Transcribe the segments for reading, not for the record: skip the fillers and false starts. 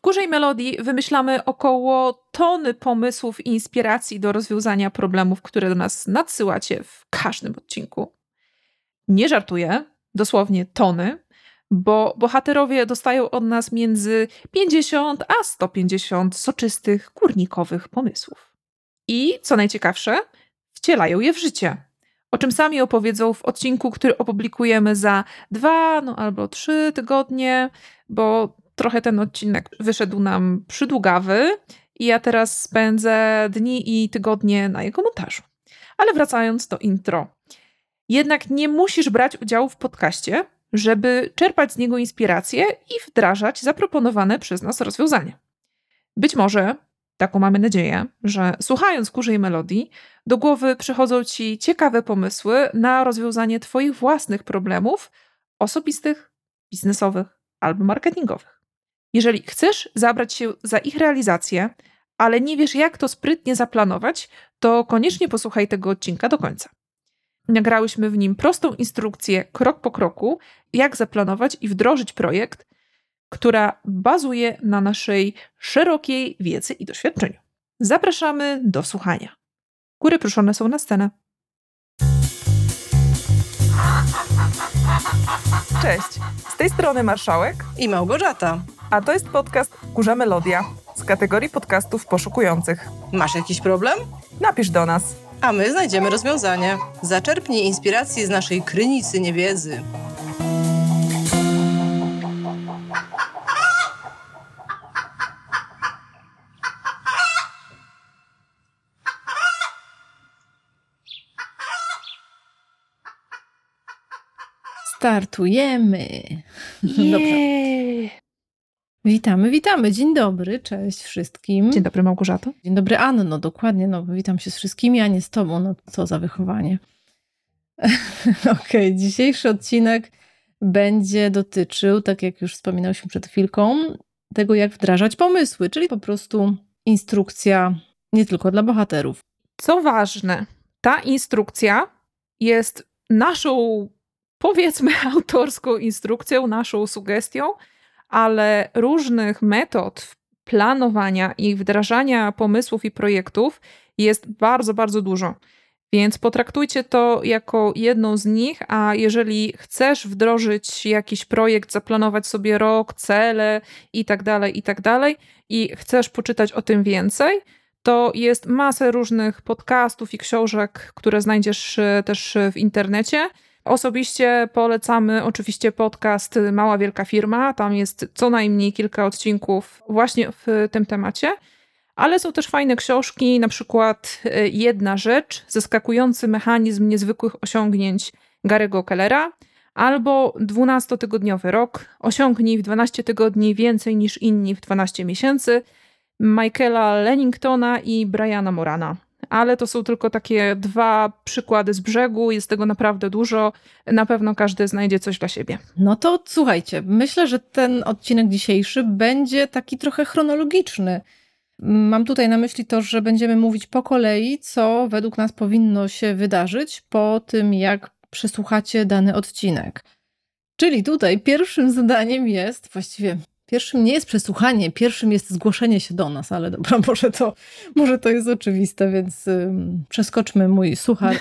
Kurzej Melodii wymyślamy około tony pomysłów i inspiracji do rozwiązania problemów, które do nas nadsyłacie w każdym odcinku. Nie żartuję, dosłownie tony, bo bohaterowie dostają od nas między 50 a 150 soczystych, górnikowych pomysłów. I, co najciekawsze, wcielają je w życie. O czym sami opowiedzą w odcinku, który opublikujemy za 2 albo 3 tygodnie, bo trochę ten odcinek wyszedł nam przydługawy i ja teraz spędzę dni i tygodnie na jego montażu. Ale wracając do intro. Jednak nie musisz brać udziału w podcaście, żeby czerpać z niego inspiracje i wdrażać zaproponowane przez nas rozwiązania. Być może, taką mamy nadzieję, że słuchając Kurzej Melodii, do głowy przychodzą ci ciekawe pomysły na rozwiązanie twoich własnych problemów osobistych, biznesowych albo marketingowych. Jeżeli chcesz zabrać się za ich realizację, ale nie wiesz, jak to sprytnie zaplanować, to koniecznie posłuchaj tego odcinka do końca. Nagrałyśmy w nim prostą instrukcję krok po kroku, jak zaplanować i wdrożyć projekt, która bazuje na naszej szerokiej wiedzy i doświadczeniu. Zapraszamy do słuchania. Góry proszone są na scenę. Cześć, z tej strony Marszałek i Małgorzata. A to jest podcast Kurza Melodia z kategorii podcastów poszukujących. Masz jakiś problem? Napisz do nas. A my znajdziemy rozwiązanie. Zaczerpnij inspiracji z naszej krynicy niewiedzy. Startujemy. Dobrze. Witamy. Dzień dobry, cześć wszystkim. Dzień dobry, Małgorzato. Dzień dobry, Anno, dokładnie. Witam się z wszystkimi, a nie z tobą. Co za wychowanie. Okej, dzisiejszy odcinek będzie dotyczył, tak jak już wspominałyśmy przed chwilką, tego, jak wdrażać pomysły, czyli po prostu instrukcja nie tylko dla bohaterów. Co ważne, ta instrukcja jest naszą, powiedzmy, autorską instrukcją, naszą sugestią, ale różnych metod planowania i wdrażania pomysłów i projektów jest bardzo, bardzo dużo. Więc potraktujcie to jako jedną z nich, a jeżeli chcesz wdrożyć jakiś projekt, zaplanować sobie rok, cele i tak dalej, i chcesz poczytać o tym więcej, to jest masę różnych podcastów i książek, które znajdziesz też w internecie. Osobiście polecamy oczywiście podcast Mała Wielka Firma. Tam jest co najmniej kilka odcinków właśnie w tym temacie. Ale są też fajne książki, na przykład Jedna rzecz, zaskakujący mechanizm niezwykłych osiągnięć Gary'ego Kellera, albo 12-tygodniowy rok, osiągnij w 12 tygodni więcej niż inni w 12 miesięcy, Michaela Lenningtona i Briana Morana. Ale to są tylko takie 2 przykłady z brzegu, jest tego naprawdę dużo, na pewno każdy znajdzie coś dla siebie. No to słuchajcie, myślę, że ten odcinek dzisiejszy będzie taki trochę chronologiczny. Mam tutaj na myśli to, że będziemy mówić po kolei, co według nas powinno się wydarzyć po tym, jak przesłuchacie dany odcinek. Czyli tutaj pierwszym zadaniem jest, właściwie pierwszym nie jest przesłuchanie, pierwszym jest zgłoszenie się do nas, ale dobra, może to jest oczywiste, więc przeskoczmy mój suchar.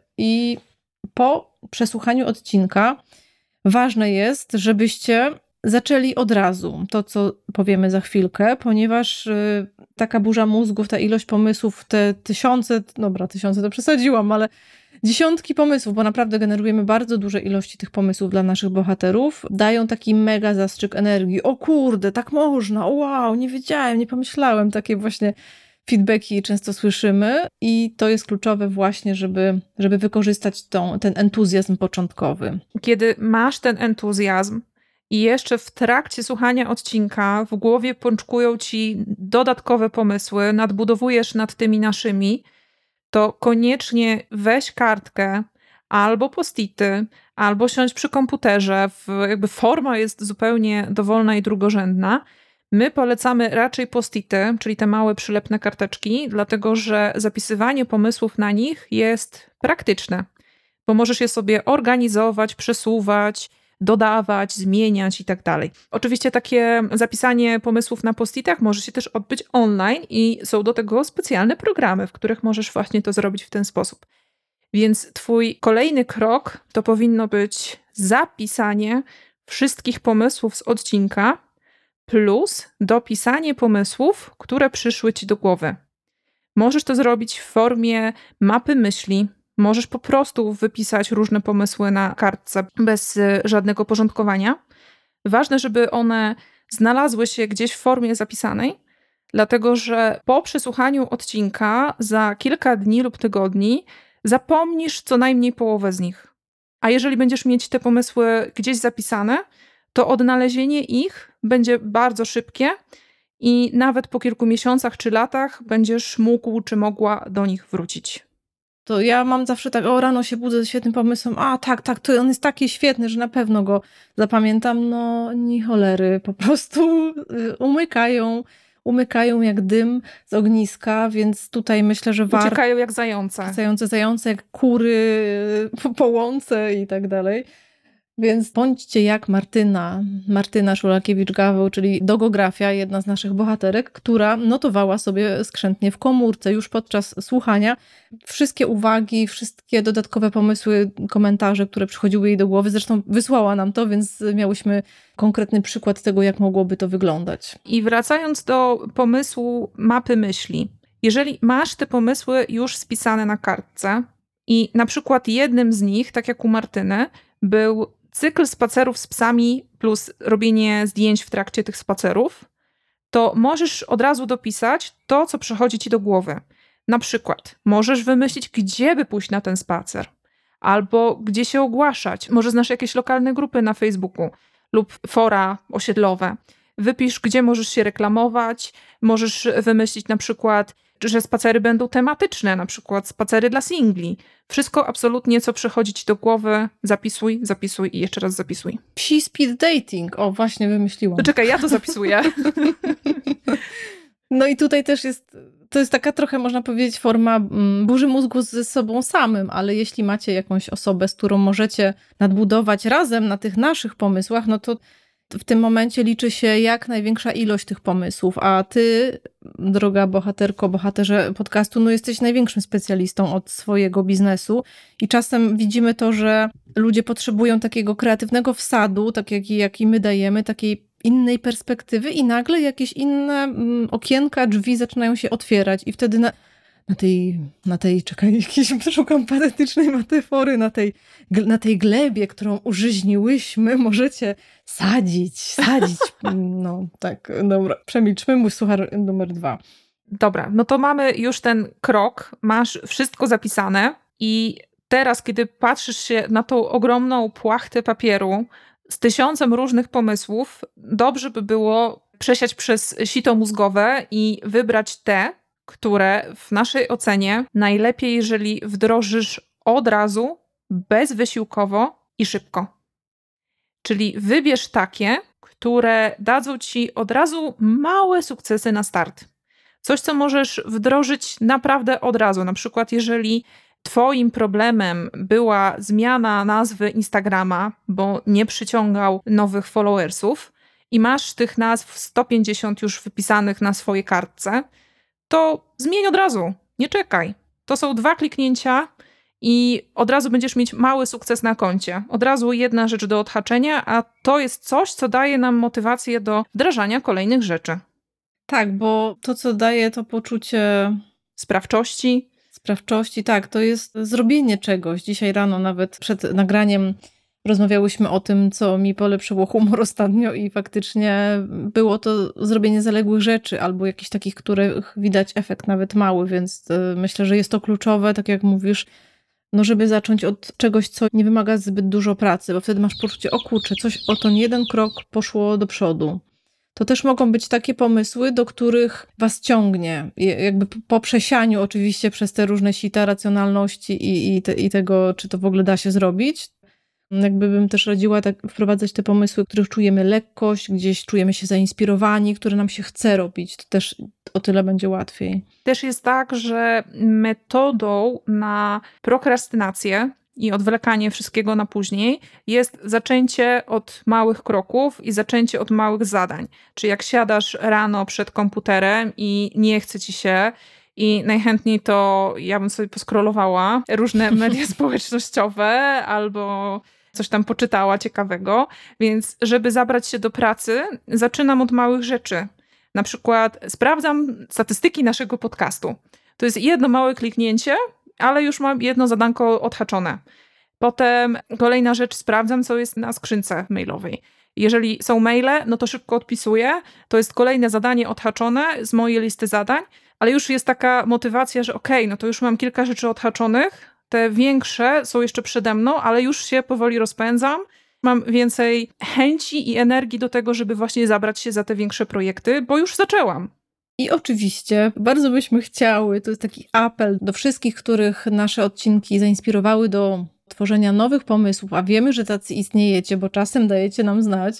I po przesłuchaniu odcinka ważne jest, żebyście zaczęli od razu to, co powiemy za chwilkę, ponieważ taka burza mózgów, ta ilość pomysłów, te tysiące to przesadziłam, ale dziesiątki pomysłów, bo naprawdę generujemy bardzo duże ilości tych pomysłów dla naszych bohaterów, dają taki mega zastrzyk energii. O kurde, tak można, wow, nie wiedziałem, nie pomyślałem. Takie właśnie feedbacki często słyszymy i to jest kluczowe właśnie, żeby wykorzystać ten entuzjazm początkowy. Kiedy masz ten entuzjazm i jeszcze w trakcie słuchania odcinka w głowie pączkują ci dodatkowe pomysły, nadbudowujesz nad tymi naszymi, to koniecznie weź kartkę albo post-ity, albo siądź przy komputerze. Jakby forma jest zupełnie dowolna i drugorzędna. My polecamy raczej post-ity, czyli te małe przylepne karteczki, dlatego że zapisywanie pomysłów na nich jest praktyczne, bo możesz je sobie organizować, przesuwać, dodawać, zmieniać i tak dalej. Oczywiście takie zapisanie pomysłów na post-itach może się też odbyć online i są do tego specjalne programy, w których możesz właśnie to zrobić w ten sposób. Więc twój kolejny krok to powinno być zapisanie wszystkich pomysłów z odcinka plus dopisanie pomysłów, które przyszły ci do głowy. Możesz to zrobić w formie mapy myśli. Możesz po prostu wypisać różne pomysły na kartce bez żadnego porządkowania. Ważne, żeby one znalazły się gdzieś w formie zapisanej, dlatego że po przesłuchaniu odcinka za kilka dni lub tygodni zapomnisz co najmniej połowę z nich. A jeżeli będziesz mieć te pomysły gdzieś zapisane, to odnalezienie ich będzie bardzo szybkie i nawet po kilku miesiącach czy latach będziesz mógł czy mogła do nich wrócić. To ja mam zawsze tak, rano się budzę ze świetnym pomysłem, tak, to on jest taki świetny, że na pewno go zapamiętam. No, ni cholery, po prostu umykają jak dym z ogniska, więc tutaj myślę, że warto... Uciekają jak zające. Zające, jak kury po łące i tak dalej. Więc bądźcie jak Martyna Szulakiewicz-Gaweł, czyli Dogografia, jedna z naszych bohaterek, która notowała sobie skrzętnie w komórce już podczas słuchania wszystkie uwagi, wszystkie dodatkowe pomysły, komentarze, które przychodziły jej do głowy. Zresztą wysłała nam to, więc miałyśmy konkretny przykład tego, jak mogłoby to wyglądać. I wracając do pomysłu mapy myśli. Jeżeli masz te pomysły już spisane na kartce i na przykład jednym z nich, tak jak u Martyny, był cykl spacerów z psami plus robienie zdjęć w trakcie tych spacerów, to możesz od razu dopisać to, co przychodzi ci do głowy. Na przykład możesz wymyślić, gdzie by pójść na ten spacer, albo gdzie się ogłaszać. Może znasz jakieś lokalne grupy na Facebooku lub fora osiedlowe. Wypisz, gdzie możesz się reklamować, możesz wymyślić na przykład, że spacery będą tematyczne, na przykład spacery dla singli. Wszystko absolutnie, co przychodzi ci do głowy, zapisuj i jeszcze raz zapisuj. Psi speed dating. Właśnie wymyśliłam. To czekaj, ja to zapisuję. No i tutaj też to jest taka trochę, można powiedzieć, forma burzy mózgu ze sobą samym, ale jeśli macie jakąś osobę, z którą możecie nadbudować razem na tych naszych pomysłach, no to w tym momencie liczy się jak największa ilość tych pomysłów, a ty, droga bohaterko, bohaterze podcastu, no jesteś największym specjalistą od swojego biznesu i czasem widzimy to, że ludzie potrzebują takiego kreatywnego wsadu, tak jaki my dajemy, takiej innej perspektywy i nagle jakieś inne okienka, drzwi zaczynają się otwierać i wtedy czekaj, szukam patetycznej metafory, na tej glebie, którą użyźniłyśmy, możecie sadzić. No tak, dobra, przemilczmy mój suchar numer 2. Dobra, no to mamy już ten krok, masz wszystko zapisane i teraz, kiedy patrzysz się na tą ogromną płachtę papieru z 1000 różnych pomysłów, dobrze by było przesiać przez sito mózgowe i wybrać te, które w naszej ocenie najlepiej, jeżeli wdrożysz od razu, bezwysiłkowo i szybko. Czyli wybierz takie, które dadzą ci od razu małe sukcesy na start. Coś, co możesz wdrożyć naprawdę od razu. Na przykład, jeżeli twoim problemem była zmiana nazwy Instagrama, bo nie przyciągał nowych followersów i masz tych nazw 150 już wypisanych na swojej kartce, to zmień od razu, nie czekaj. To są 2 kliknięcia i od razu będziesz mieć mały sukces na koncie. Od razu jedna rzecz do odhaczenia, a to jest coś, co daje nam motywację do wdrażania kolejnych rzeczy. Tak, bo to, co daje to poczucie sprawczości, tak, to jest zrobienie czegoś. Dzisiaj rano nawet przed nagraniem rozmawiałyśmy o tym, co mi polepszyło humor ostatnio i faktycznie było to zrobienie zaległych rzeczy albo jakichś takich, których widać efekt nawet mały, więc myślę, że jest to kluczowe, tak jak mówisz, no żeby zacząć od czegoś, co nie wymaga zbyt dużo pracy, bo wtedy masz poczucie, o kurczę, coś, oto jeden krok poszło do przodu. To też mogą być takie pomysły, do których was ciągnie. Jakby po przesianiu oczywiście przez te różne sita racjonalności i tego, czy to w ogóle da się zrobić. Jakby bym też radziła wprowadzać te pomysły, w których czujemy lekkość, gdzieś czujemy się zainspirowani, które nam się chce robić. To też o tyle będzie łatwiej. Też jest tak, że metodą na prokrastynację i odwlekanie wszystkiego na później jest zaczęcie od małych kroków i zaczęcie od małych zadań. Czyli jak siadasz rano przed komputerem i nie chce ci się i najchętniej to ja bym sobie poskrolowała różne media społecznościowe albo coś tam poczytała ciekawego, więc żeby zabrać się do pracy, zaczynam od małych rzeczy. Na przykład sprawdzam statystyki naszego podcastu. To jest jedno małe kliknięcie, ale już mam jedno zadanko odhaczone. Potem kolejna rzecz, sprawdzam, co jest na skrzynce mailowej. Jeżeli są maile, no to szybko odpisuję. To jest kolejne zadanie odhaczone z mojej listy zadań, ale już jest taka motywacja, że okej, no to już mam kilka rzeczy odhaczonych. Te większe są jeszcze przede mną, ale już się powoli rozpędzam. Mam więcej chęci i energii do tego, żeby właśnie zabrać się za te większe projekty, bo już zaczęłam. I oczywiście bardzo byśmy chciały, to jest taki apel do wszystkich, których nasze odcinki zainspirowały do tworzenia nowych pomysłów, a wiemy, że tacy istniejecie, bo czasem dajecie nam znać,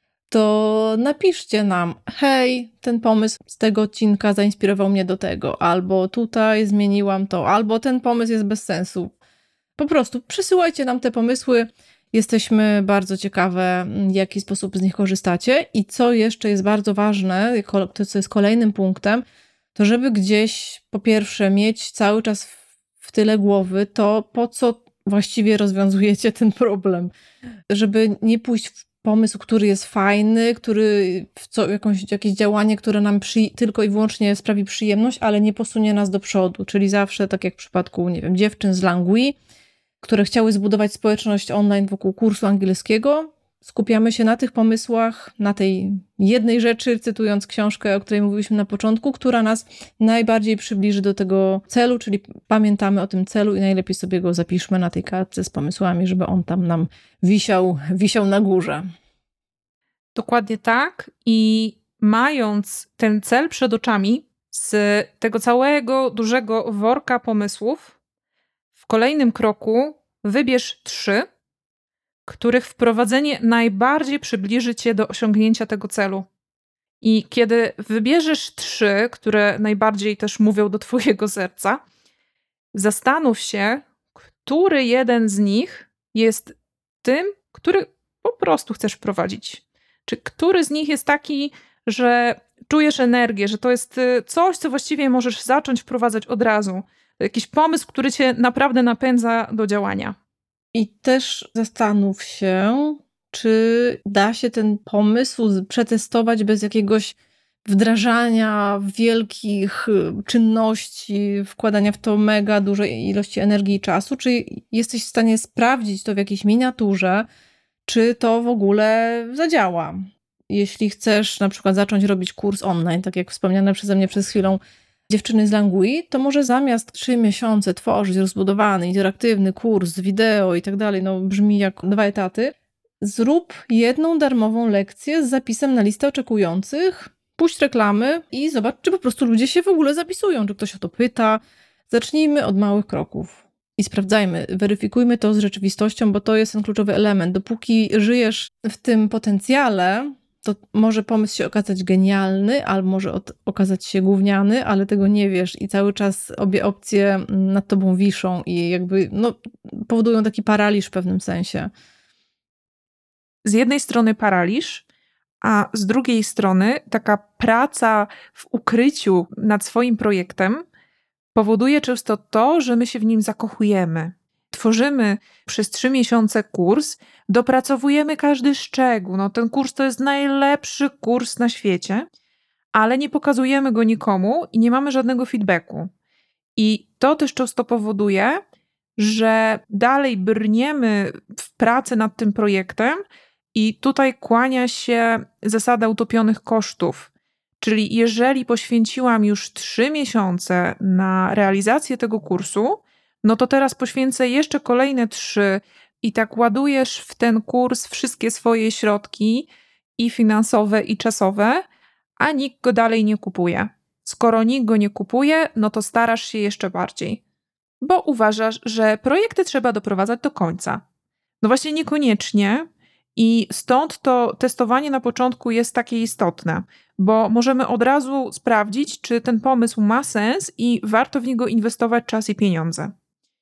to napiszcie nam: hej, ten pomysł z tego odcinka zainspirował mnie do tego, albo tutaj zmieniłam to, albo ten pomysł jest bez sensu. Po prostu przysyłajcie nam te pomysły. Jesteśmy bardzo ciekawe, w jaki sposób z nich korzystacie. I co jeszcze jest bardzo ważne, to co jest kolejnym punktem, to żeby gdzieś po pierwsze mieć cały czas w tyle głowy to, po co właściwie rozwiązujecie ten problem. Żeby nie pójść w pomysł, który jest fajny, który jakieś działanie, które nam tylko i wyłącznie sprawi przyjemność, ale nie posunie nas do przodu. Czyli zawsze, tak jak w przypadku, nie wiem, dziewczyn z Langui, które chciały zbudować społeczność online wokół kursu angielskiego, skupiamy się na tych pomysłach, na tej jednej rzeczy, cytując książkę, o której mówiliśmy na początku, która nas najbardziej przybliży do tego celu, czyli pamiętamy o tym celu i najlepiej sobie go zapiszmy na tej kartce z pomysłami, żeby on tam nam wisiał na górze. Dokładnie tak. I mając ten cel przed oczami, z tego całego dużego worka pomysłów, w kolejnym kroku wybierz 3, których wprowadzenie najbardziej przybliży cię do osiągnięcia tego celu. I kiedy wybierzesz 3, które najbardziej też mówią do twojego serca, zastanów się, który jeden z nich jest tym, który po prostu chcesz wprowadzić. Czy który z nich jest taki, że czujesz energię, że to jest coś, co właściwie możesz zacząć wprowadzać od razu. Jakiś pomysł, który cię naprawdę napędza do działania. I też zastanów się, czy da się ten pomysł przetestować bez jakiegoś wdrażania wielkich czynności, wkładania w to mega dużej ilości energii i czasu, czy jesteś w stanie sprawdzić to w jakiejś miniaturze, czy to w ogóle zadziała. Jeśli chcesz na przykład zacząć robić kurs online, tak jak wspomniane przeze mnie przed chwilą, dziewczyny z Langui, to może zamiast 3 miesiące tworzyć rozbudowany, interaktywny kurs, wideo i tak dalej, no brzmi jak 2 etaty, zrób jedną darmową lekcję z zapisem na listę oczekujących, puść reklamy i zobacz, czy po prostu ludzie się w ogóle zapisują, czy ktoś o to pyta. Zacznijmy od małych kroków i sprawdzajmy, weryfikujmy to z rzeczywistością, bo to jest ten kluczowy element. Dopóki żyjesz w tym potencjale, to może pomysł się okazać genialny, albo może okazać się gówniany, ale tego nie wiesz i cały czas obie opcje nad tobą wiszą i jakby powodują taki paraliż w pewnym sensie. Z jednej strony paraliż, a z drugiej strony taka praca w ukryciu nad swoim projektem powoduje często to, że my się w nim zakochujemy. Tworzymy przez 3 miesiące kurs, dopracowujemy każdy szczegół. Ten kurs to jest najlepszy kurs na świecie, ale nie pokazujemy go nikomu i nie mamy żadnego feedbacku. I to też często powoduje, że dalej brniemy w pracę nad tym projektem i tutaj kłania się zasada utopionych kosztów. Czyli jeżeli poświęciłam już 3 miesiące na realizację tego kursu, to teraz poświęcę jeszcze kolejne 3 i tak ładujesz w ten kurs wszystkie swoje środki i finansowe, i czasowe, a nikt go dalej nie kupuje. Skoro nikt go nie kupuje, to starasz się jeszcze bardziej, bo uważasz, że projekty trzeba doprowadzać do końca. Właśnie niekoniecznie i stąd to testowanie na początku jest takie istotne, bo możemy od razu sprawdzić, czy ten pomysł ma sens i warto w niego inwestować czas i pieniądze.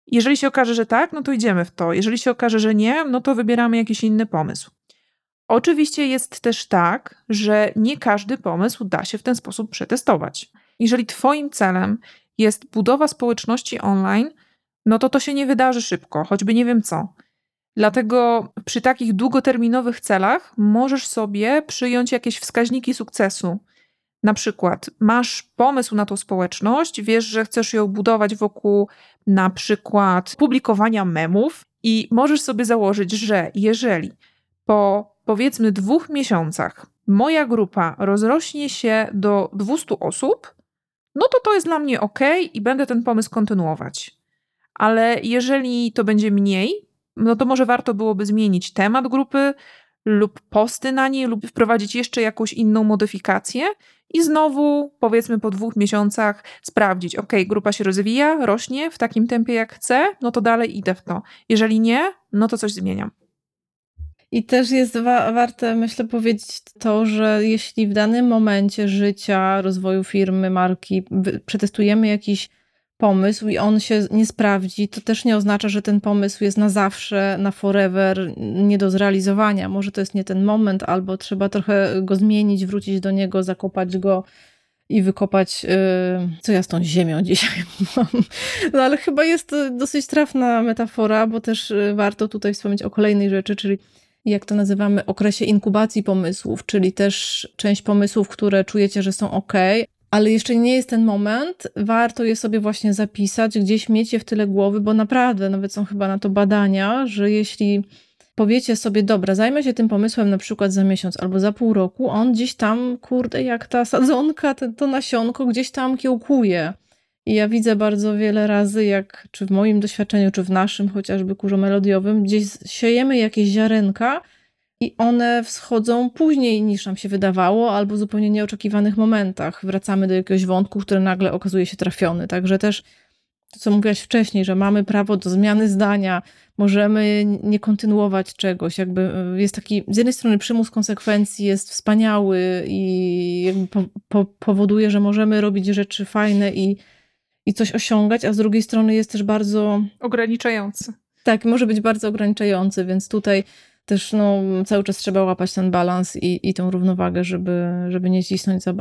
Jeżeli się okaże, że tak, no to idziemy w to. Jeżeli się okaże, że nie, no to wybieramy jakiś inny pomysł. Oczywiście jest też tak, że nie każdy pomysł da się w ten sposób przetestować. Jeżeli twoim celem jest budowa społeczności online, no to się nie wydarzy szybko, choćby nie wiem co. Dlatego przy takich długoterminowych celach możesz sobie przyjąć jakieś wskaźniki sukcesu. Na przykład masz pomysł na tą społeczność, wiesz, że chcesz ją budować wokół na przykład publikowania memów i możesz sobie założyć, że jeżeli po powiedzmy 2 miesiącach moja grupa rozrośnie się do 200 osób, no to jest dla mnie okej i będę ten pomysł kontynuować. Ale jeżeli to będzie mniej, no to może warto byłoby zmienić temat grupy lub posty na niej, lub wprowadzić jeszcze jakąś inną modyfikację i znowu, powiedzmy po 2 miesiącach sprawdzić, grupa się rozwija, rośnie w takim tempie jak chcę, no to dalej idę w to. Jeżeli nie, no to coś zmieniam. I też jest warte, myślę, powiedzieć to, że jeśli w danym momencie życia, rozwoju firmy, marki przetestujemy jakiś pomysł i on się nie sprawdzi, to też nie oznacza, że ten pomysł jest na zawsze, na forever, nie do zrealizowania. Może to jest nie ten moment, albo trzeba trochę go zmienić, wrócić do niego, zakopać go i wykopać, co ja z tą ziemią dzisiaj mam. No ale chyba jest to dosyć trafna metafora, bo też warto tutaj wspomnieć o kolejnej rzeczy, czyli jak to nazywamy, okresie inkubacji pomysłów, czyli też część pomysłów, które czujecie, że są okej, ale jeszcze nie jest ten moment, warto je sobie właśnie zapisać, gdzieś mieć je w tyle głowy, bo naprawdę, nawet są chyba na to badania, że jeśli powiecie sobie, dobra, zajmę się tym pomysłem na przykład za miesiąc albo za pół roku, on gdzieś tam, jak ta sadzonka, to nasionko gdzieś tam kiełkuje. I ja widzę bardzo wiele razy, jak czy w moim doświadczeniu, czy w naszym chociażby kurzu melodiowym, gdzieś siejemy jakieś ziarenka i one wschodzą później niż nam się wydawało, albo w zupełnie nieoczekiwanych momentach. Wracamy do jakiegoś wątku, który nagle okazuje się trafiony. Także też to, co mówiłaś wcześniej, że mamy prawo do zmiany zdania, możemy nie kontynuować czegoś. Jakby jest taki, z jednej strony przymus konsekwencji jest wspaniały i jakby powoduje, że możemy robić rzeczy fajne i coś osiągać, a z drugiej strony jest też bardzo ograniczający. Tak, może być bardzo ograniczający, więc tutaj też cały czas trzeba łapać ten balans i tą równowagę, żeby nie cisnąć za...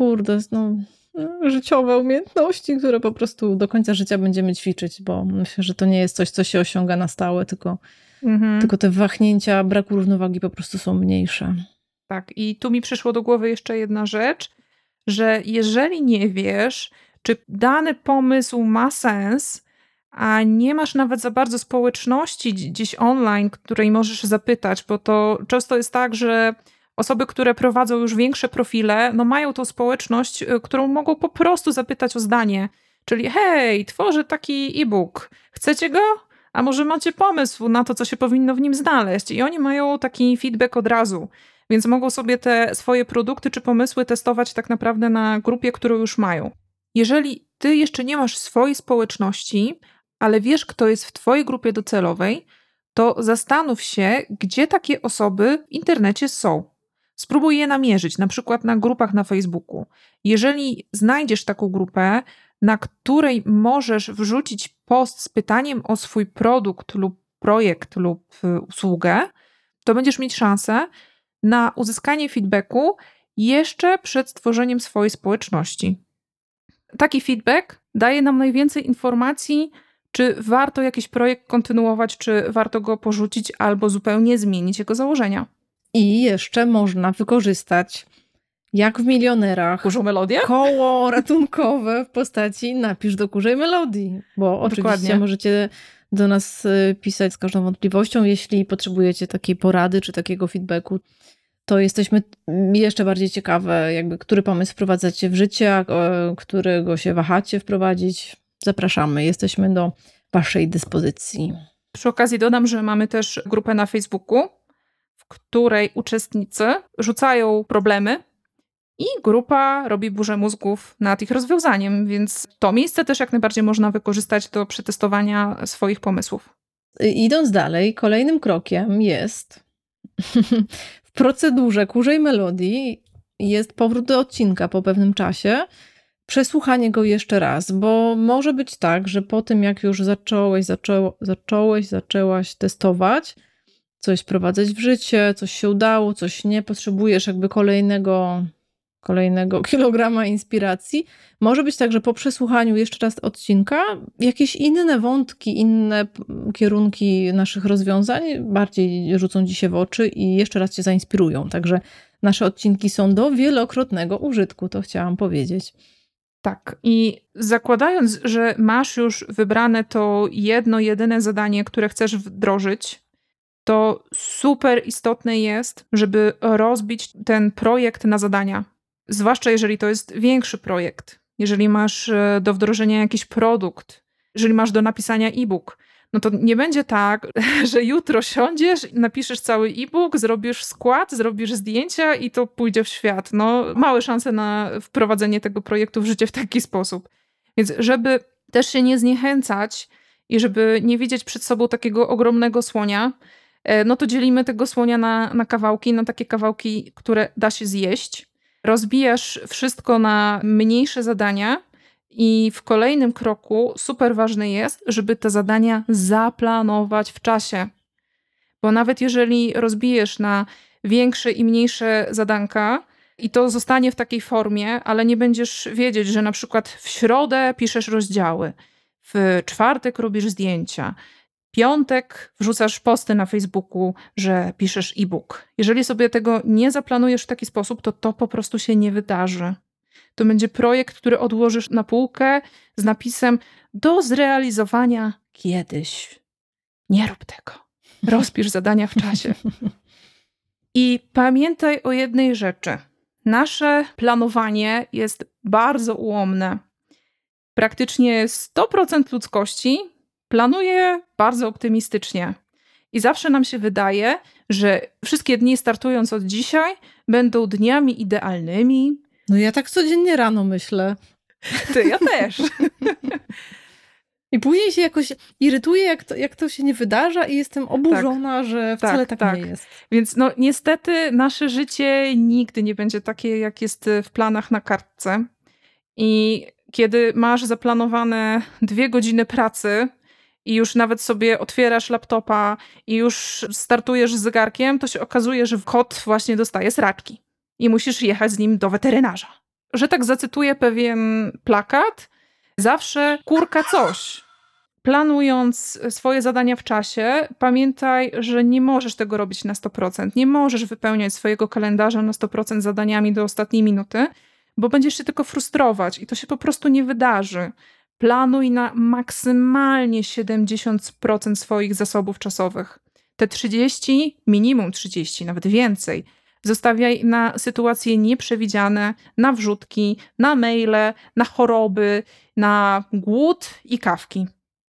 życiowe umiejętności, które po prostu do końca życia będziemy ćwiczyć, bo myślę, że to nie jest coś, co się osiąga na stałe, tylko te wahnięcia braku równowagi po prostu są mniejsze. Tak, i tu mi przyszło do głowy jeszcze jedna rzecz, że jeżeli nie wiesz, czy dany pomysł ma sens, a nie masz nawet za bardzo społeczności gdzieś online, której możesz zapytać, bo to często jest tak, że osoby, które prowadzą już większe profile, mają tą społeczność, którą mogą po prostu zapytać o zdanie. Czyli hej, tworzę taki e-book, chcecie go? A może macie pomysł na to, co się powinno w nim znaleźć? I oni mają taki feedback od razu, więc mogą sobie te swoje produkty czy pomysły testować tak naprawdę na grupie, którą już mają. Jeżeli ty jeszcze nie masz swojej społeczności, ale wiesz, kto jest w twojej grupie docelowej, to zastanów się, gdzie takie osoby w internecie są. Spróbuj je namierzyć, na przykład na grupach na Facebooku. Jeżeli znajdziesz taką grupę, na której możesz wrzucić post z pytaniem o swój produkt lub projekt lub usługę, to będziesz mieć szansę na uzyskanie feedbacku jeszcze przed stworzeniem swojej społeczności. Taki feedback daje nam najwięcej informacji, czy warto jakiś projekt kontynuować, czy warto go porzucić albo zupełnie zmienić jego założenia. I jeszcze można wykorzystać, jak w Milionerach, Kurzą melodię? Koło ratunkowe w postaci napisz do Kurzej Melodii, bo oczywiście możecie do nas pisać z każdą wątpliwością, jeśli potrzebujecie takiej porady czy takiego feedbacku, to jesteśmy jeszcze bardziej ciekawe, który pomysł wprowadzacie w życie, a którego się wahacie wprowadzić. Zapraszamy, jesteśmy do waszej dyspozycji. Przy okazji dodam, że mamy też grupę na Facebooku, w której uczestnicy rzucają problemy i grupa robi burzę mózgów nad ich rozwiązaniem, więc to miejsce też jak najbardziej można wykorzystać do przetestowania swoich pomysłów. Idąc dalej, kolejnym krokiem jest w procedurze Kurzej Melodii jest powrót do odcinka po pewnym czasie, przesłuchanie go jeszcze raz, bo może być tak, że po tym jak już zaczęłaś testować, coś wprowadzać w życie, coś się udało, coś nie, potrzebujesz jakby kolejnego kilograma inspiracji. Może być tak, że po przesłuchaniu jeszcze raz odcinka jakieś inne wątki, inne kierunki naszych rozwiązań bardziej rzucą ci się w oczy i jeszcze raz cię zainspirują. Także nasze odcinki są do wielokrotnego użytku, to chciałam powiedzieć. Tak. I zakładając, że masz już wybrane to jedno, jedyne zadanie, które chcesz wdrożyć, to super istotne jest, żeby rozbić ten projekt na zadania. Zwłaszcza jeżeli to jest większy projekt. Jeżeli masz do wdrożenia jakiś produkt, jeżeli masz do napisania e-book, no to nie będzie tak, że jutro siądziesz, napiszesz cały e-book, zrobisz skład, zrobisz zdjęcia i to pójdzie w świat. No, małe szanse na wprowadzenie tego projektu w życie w taki sposób. Więc żeby też się nie zniechęcać i żeby nie widzieć przed sobą takiego ogromnego słonia, no to dzielimy tego słonia na kawałki, na takie kawałki, które da się zjeść. Rozbijasz wszystko na mniejsze zadania i w kolejnym kroku super ważne jest, żeby te zadania zaplanować w czasie. Bo nawet jeżeli rozbijesz na większe i mniejsze zadanka i to zostanie w takiej formie, ale nie będziesz wiedzieć, że na przykład w środę piszesz rozdziały, w czwartek robisz zdjęcia, piątek wrzucasz posty na Facebooku, że piszesz e-book. Jeżeli sobie tego nie zaplanujesz w taki sposób, to po prostu się nie wydarzy. To będzie projekt, który odłożysz na półkę z napisem do zrealizowania kiedyś. Nie rób tego. Rozpisz zadania w czasie. I pamiętaj o jednej rzeczy. Nasze planowanie jest bardzo ułomne. Praktycznie 100% ludzkości planuje bardzo optymistycznie. I zawsze nam się wydaje, że wszystkie dni startując od dzisiaj będą dniami idealnymi. No ja tak codziennie rano myślę. Ja też. I później się jakoś irytuję, jak to się nie wydarza i jestem oburzona, że wcale tak nie jest. Więc no niestety nasze życie nigdy nie będzie takie, jak jest w planach na kartce. I kiedy masz zaplanowane 2 godziny pracy i już nawet sobie otwierasz laptopa i już startujesz z zegarkiem, to się okazuje, że kot właśnie dostaje sraczki i musisz jechać z nim do weterynarza. Że tak zacytuję pewien plakat, zawsze kurka coś. Planując swoje zadania w czasie, pamiętaj, że nie możesz tego robić na 100%. Nie możesz wypełniać swojego kalendarza na 100% zadaniami do ostatniej minuty, bo będziesz się tylko frustrować i to się po prostu nie wydarzy. Planuj na maksymalnie 70% swoich zasobów czasowych. Te 30, minimum 30, nawet więcej, zostawiaj na sytuacje nieprzewidziane, na wrzutki, na maile, na choroby, na głód i kawki.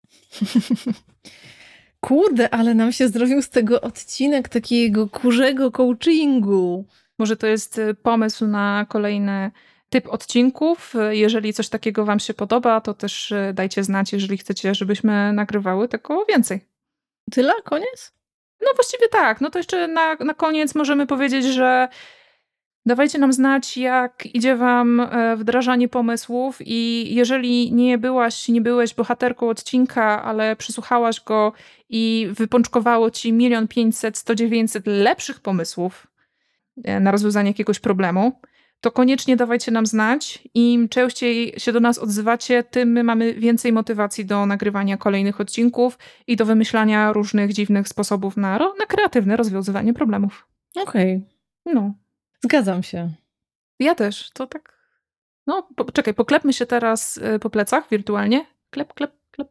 Kurde, ale nam się zrobił z tego odcinek takiego kurzego coachingu. Może to jest pomysł na kolejny typ odcinków. Jeżeli coś takiego wam się podoba, to też dajcie znać, jeżeli chcecie, żebyśmy nagrywały tego więcej. Tyle? Koniec? No właściwie tak. No to jeszcze na koniec możemy powiedzieć, że dawajcie nam znać, jak idzie wam wdrażanie pomysłów i jeżeli nie byłeś bohaterką odcinka, ale przysłuchałaś go i wypączkowało ci 1 500 100 900 lepszych pomysłów na rozwiązanie jakiegoś problemu, to koniecznie dawajcie nam znać. Im częściej się do nas odzywacie, tym my mamy więcej motywacji do nagrywania kolejnych odcinków i do wymyślania różnych dziwnych sposobów na kreatywne rozwiązywanie problemów. Okej. No. Zgadzam się. Ja też. To tak... No, czekaj, poklepmy się teraz po plecach wirtualnie. Klep, klep, klep.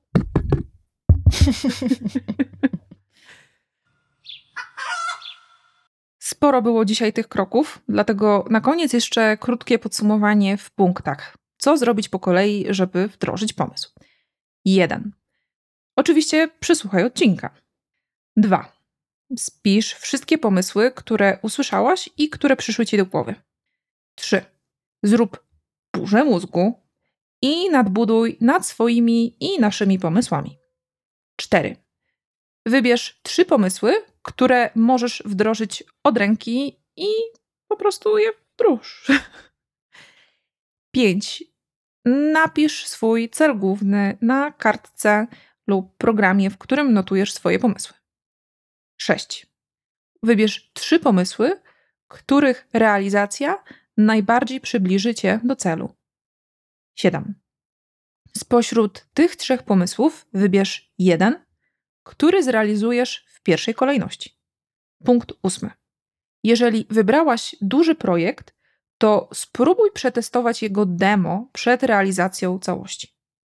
Sporo było dzisiaj tych kroków, dlatego na koniec jeszcze krótkie podsumowanie w punktach. Co zrobić po kolei, żeby wdrożyć pomysł? 1. Oczywiście przesłuchaj odcinka. 2. Spisz wszystkie pomysły, które usłyszałaś i które przyszły ci do głowy. 3. Zrób burzę mózgu i nadbuduj nad swoimi i naszymi pomysłami. 4. Wybierz 3 pomysły, które możesz wdrożyć od ręki i po prostu je wdróż. 5. napisz swój cel główny na kartce lub programie, w którym notujesz swoje pomysły. 6. Wybierz 3 pomysły, których realizacja najbardziej przybliży Cię do celu. 7. Spośród tych 3 pomysłów wybierz jeden, który zrealizujesz w pierwszej kolejności. Punkt 8. Jeżeli wybrałaś duży projekt, to spróbuj przetestować jego demo przed realizacją całości.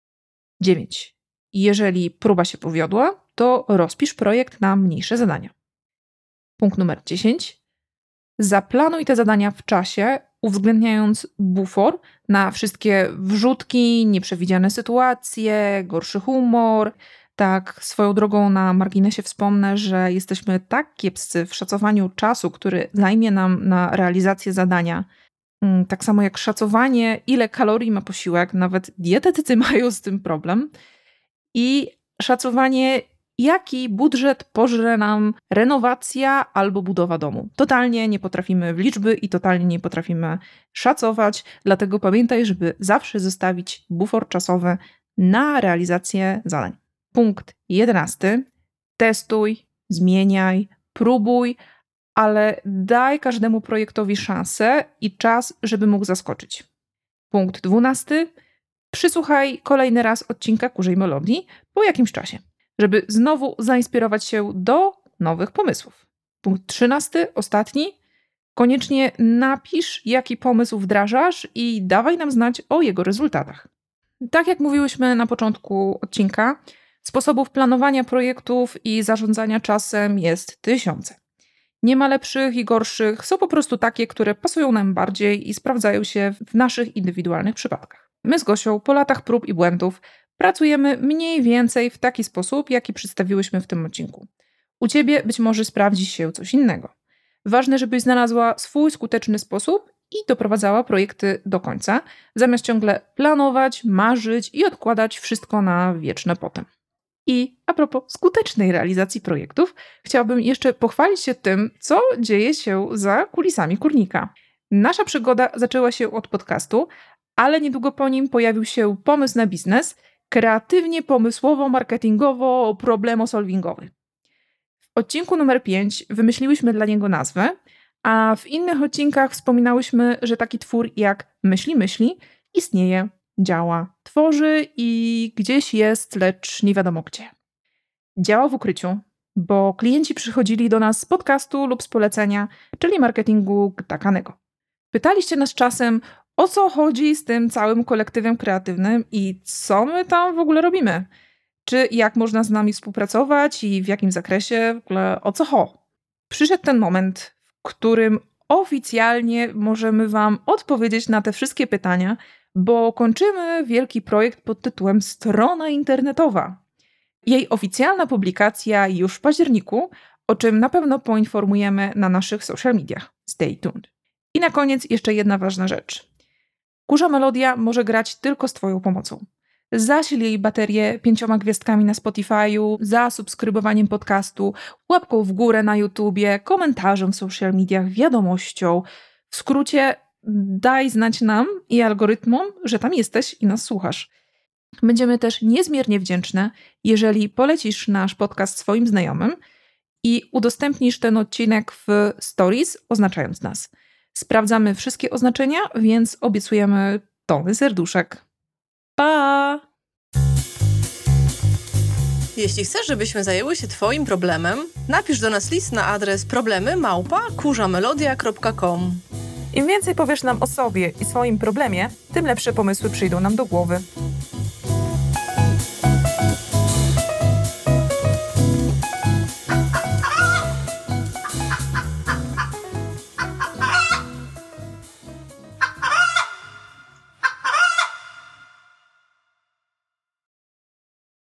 9. Jeżeli próba się powiodła, to rozpisz projekt na mniejsze zadania. Punkt numer 10. Zaplanuj te zadania w czasie, uwzględniając bufor na wszystkie wrzutki, nieprzewidziane sytuacje, gorszy humor. Tak, swoją drogą na marginesie wspomnę, że jesteśmy tak kiepscy w szacowaniu czasu, który zajmie nam na realizację zadania, tak samo jak szacowanie, ile kalorii ma posiłek, nawet dietetycy mają z tym problem, i szacowanie, jaki budżet pożre nam renowacja albo budowa domu. Totalnie nie potrafimy w liczby i totalnie nie potrafimy szacować, dlatego pamiętaj, żeby zawsze zostawić bufor czasowy na realizację zadań. Punkt 11. Testuj, zmieniaj, próbuj, ale daj każdemu projektowi szansę i czas, żeby mógł zaskoczyć. Punkt 12. Przysłuchaj kolejny raz odcinka Kurzej Melodii po jakimś czasie, żeby znowu zainspirować się do nowych pomysłów. Punkt 13. Ostatni. Koniecznie napisz, jaki pomysł wdrażasz i dawaj nam znać o jego rezultatach. Tak jak mówiłyśmy na początku odcinka, sposobów planowania projektów i zarządzania czasem jest tysiące. Nie ma lepszych i gorszych, są po prostu takie, które pasują nam bardziej i sprawdzają się w naszych indywidualnych przypadkach. My z Gosią po latach prób i błędów pracujemy mniej więcej w taki sposób, jaki przedstawiłyśmy w tym odcinku. U Ciebie być może sprawdzi się coś innego. Ważne, żebyś znalazła swój skuteczny sposób i doprowadzała projekty do końca, zamiast ciągle planować, marzyć i odkładać wszystko na wieczne potem. I a propos skutecznej realizacji projektów, chciałabym jeszcze pochwalić się tym, co dzieje się za kulisami Kurnika. Nasza przygoda zaczęła się od podcastu, ale niedługo po nim pojawił się pomysł na biznes, kreatywnie, pomysłowo, marketingowo, problemo-solvingowy. W odcinku numer 5 wymyśliłyśmy dla niego nazwę, a w innych odcinkach wspominałyśmy, że taki twór jak Myśli istnieje, działa, tworzy i gdzieś jest, lecz nie wiadomo gdzie. Działa w ukryciu, bo klienci przychodzili do nas z podcastu lub z polecenia, czyli marketingu gtakanego. Pytaliście nas czasem, o co chodzi z tym całym kolektywem kreatywnym i co my tam w ogóle robimy? Czy jak można z nami współpracować i w jakim zakresie, w ogóle o co ho? Przyszedł ten moment, w którym oficjalnie możemy Wam odpowiedzieć na te wszystkie pytania, bo kończymy wielki projekt pod tytułem Strona internetowa. Jej oficjalna publikacja już w październiku, o czym na pewno poinformujemy na naszych social mediach. Stay tuned. I na koniec jeszcze jedna ważna rzecz. Kurza Melodia może grać tylko z Twoją pomocą. Zasil jej baterię 5 gwiazdkami na Spotify'u, zasubskrybowaniem podcastu, łapką w górę na YouTubie, komentarzem w social mediach, wiadomością. W skrócie, daj znać nam i algorytmom, że tam jesteś i nas słuchasz. Będziemy też niezmiernie wdzięczne, jeżeli polecisz nasz podcast swoim znajomym i udostępnisz ten odcinek w stories, oznaczając nas. Sprawdzamy wszystkie oznaczenia, więc obiecujemy tony serduszek. Pa! Jeśli chcesz, żebyśmy zajęły się Twoim problemem, napisz do nas list na adres problemy@kurzamelodia.com. Im więcej powiesz nam o sobie i swoim problemie, tym lepsze pomysły przyjdą nam do głowy.